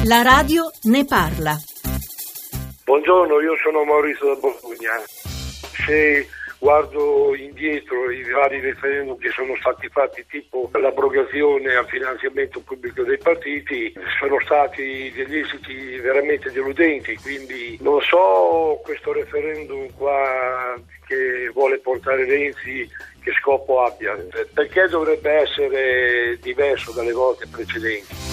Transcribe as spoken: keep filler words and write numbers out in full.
La radio ne parla. Buongiorno, io sono Maurizio da Bologna. Se guardo indietro i vari referendum che sono stati fatti, tipo l'abrogazione al finanziamento pubblico dei partiti, sono stati degli esiti veramente deludenti, quindi non so questo referendum qua che vuole portare Renzi che scopo abbia, perché dovrebbe essere diverso dalle volte precedenti.